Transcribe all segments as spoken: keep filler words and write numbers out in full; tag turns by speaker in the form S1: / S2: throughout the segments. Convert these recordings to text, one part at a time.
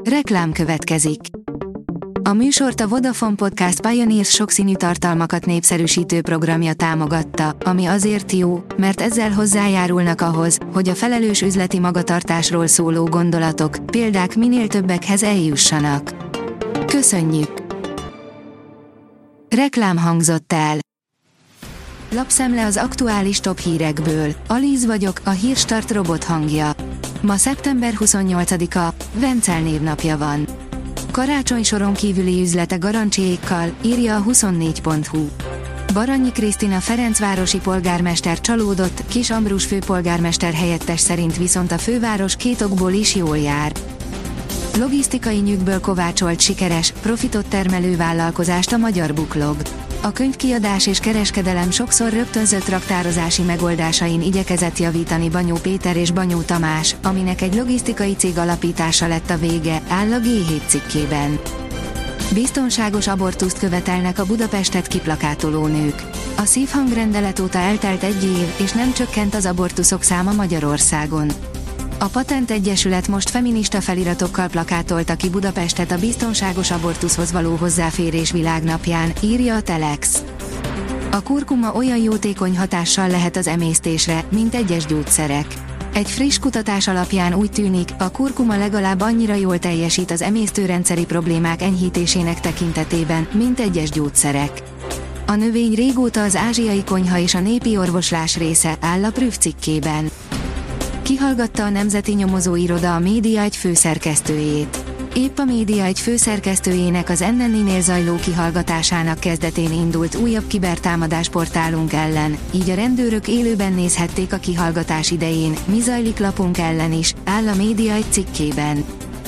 S1: Reklám következik. A műsort a Vodafone Podcast Pioneers sokszínű tartalmakat népszerűsítő programja támogatta, ami azért jó, mert ezzel hozzájárulnak ahhoz, hogy a felelős üzleti magatartásról szóló gondolatok, példák minél többekhez eljussanak. Köszönjük! Reklám hangzott el. Lapszemle az aktuális top hírekből. Alíz vagyok, a Hírstart robot hangja. Ma szeptember huszonnyolcadika, Vencel névnapja van. Karácsony soron kívüli üzlete garancsiékkal, írja a huszonnégy pont hu. Baranyi Krisztina ferencvárosi polgármester csalódott, Kis Ambrus főpolgármester helyettes szerint viszont a főváros két okból is jól jár. Logisztikai nyügből kovácsolt sikeres, profitot termelő vállalkozást a Magyar Booklog. A könyvkiadás és kereskedelem sokszor rögtönzött raktározási megoldásain igyekezett javítani Banyó Péter és Banyó Tamás, aminek egy logisztikai cég alapítása lett a vége, áll a gé hét cikkében. Biztonságos abortuszt követelnek a Budapestet kiplakátoló nők. A szívhangrendelet óta eltelt egy év, és nem csökkent az abortuszok száma Magyarországon. A Patent Egyesület most feminista feliratokkal plakátolta ki Budapestet a biztonságos abortuszhoz való hozzáférés világnapján, írja a Telex. A kurkuma olyan jótékony hatással lehet az emésztésre, mint egyes gyógyszerek. Egy friss kutatás alapján úgy tűnik, a kurkuma legalább annyira jól teljesít az emésztőrendszeri problémák enyhítésének tekintetében, mint egyes gyógyszerek. A növény régóta az ázsiai konyha és a népi orvoslás része, áll a Prüf cikkében. Kihallgatta a Nemzeti Nyomozóiroda a Média egy főszerkesztőjét. Épp a Média egy főszerkesztőjének az en en i-nél zajló kihallgatásának kezdetén indult újabb kibertámadás portálunk ellen, így a rendőrök élőben nézhették a kihallgatás idején, mi zajlik lapunk ellen is, áll a Média egy cikkében.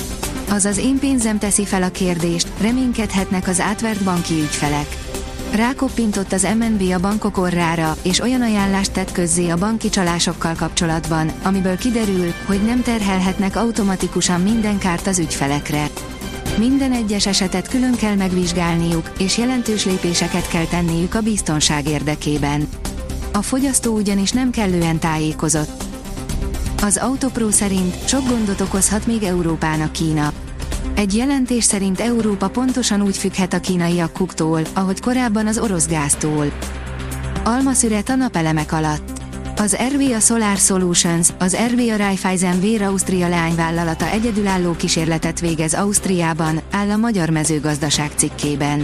S1: Azaz én pénzem teszi fel a kérdést, reménykedhetnek az átvert banki ügyfelek. Rákoppintott az em en bé a bankok orrára, és olyan ajánlást tett közzé a banki csalásokkal kapcsolatban, amiből kiderül, hogy nem terhelhetnek automatikusan minden kárt az ügyfelekre. Minden egyes esetet külön kell megvizsgálniuk, és jelentős lépéseket kell tenniük a biztonság érdekében. A fogyasztó ugyanis nem kellően tájékozott. Az Autopro szerint sok gondot okozhat még Európának Kína. Egy jelentés szerint Európa pontosan úgy függhet a kínai akkuktól, ahogy korábban az orosz gáztól. Almaszüret a napelemek alatt. Az er vé á Solar Solutions, az er vé á Raiffeisen Vér Ausztria leányvállalata egyedülálló kísérletet végez Ausztriában, áll a Magyar Mezőgazdaság cikkében.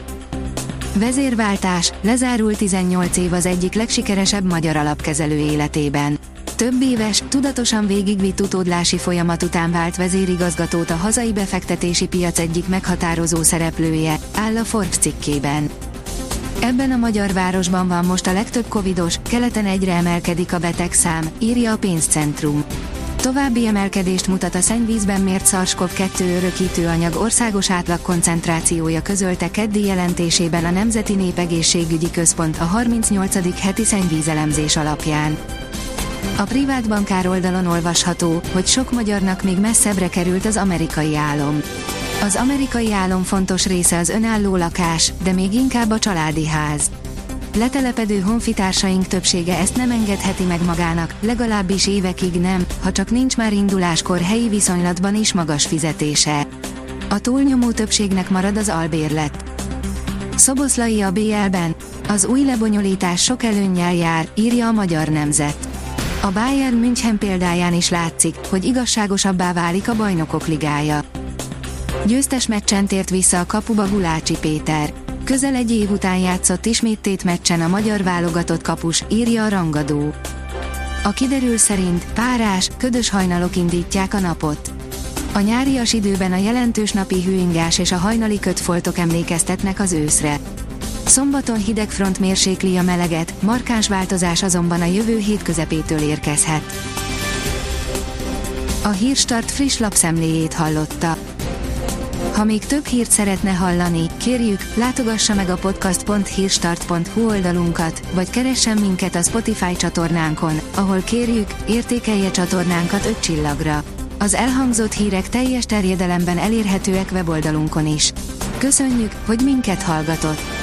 S1: Vezérváltás, lezárul tizennyolc év az egyik legsikeresebb magyar alapkezelő életében. Több éves, tudatosan végigvitt utódlási folyamat után vált vezérigazgatót a hazai befektetési piac egyik meghatározó szereplője, áll a Forbes cikkében. Ebben a magyar városban van most a legtöbb covidos, keleten egyre emelkedik a betegszám, írja a Pénzcentrum. További emelkedést mutat a szennyvízben mért SARS-kov kettő örökítőanyag országos átlag koncentrációja, közölte keddi jelentésében a Nemzeti Népegészségügyi Központ a harmincnyolcadik heti szennyvízelemzés alapján. A privát bankár oldalon olvasható, hogy sok magyarnak még messzebbre került az amerikai álom. Az amerikai álom fontos része az önálló lakás, de még inkább a családi ház. Letelepedő honfitársaink többsége ezt nem engedheti meg magának, legalábbis évekig nem, ha csak nincs már induláskor helyi viszonylatban is magas fizetése. A túlnyomó többségnek marad az albérlet. Szoboszlai a bé el-ben. Az új lebonyolítás sok előnnyel jár, írja a Magyar Nemzet. A Bayern München példáján is látszik, hogy igazságosabbá válik a Bajnokok Ligája. Győztes meccsen tért vissza a kapuba Gulácsi Péter. Közel egy év után játszott ismét tétmeccsen a magyar válogatott kapus, írja a Rangadó. A kiderül szerint párás, ködös hajnalok indítják a napot. A nyárias időben a jelentős napi hőingás és a hajnali kötfoltok emlékeztetnek az őszre. Szombaton hideg front mérsékli a meleget, markáns változás azonban a jövő hét közepétől érkezhet. A Hírstart friss lapszemléjét hallotta. Ha még több hírt szeretne hallani, kérjük, látogassa meg a podcast pont hírstart pont hu oldalunkat, vagy keressen minket a Spotify csatornánkon, ahol kérjük, értékelje csatornánkat öt csillagra. Az elhangzott hírek teljes terjedelemben elérhetőek weboldalunkon is. Köszönjük, hogy minket hallgatott!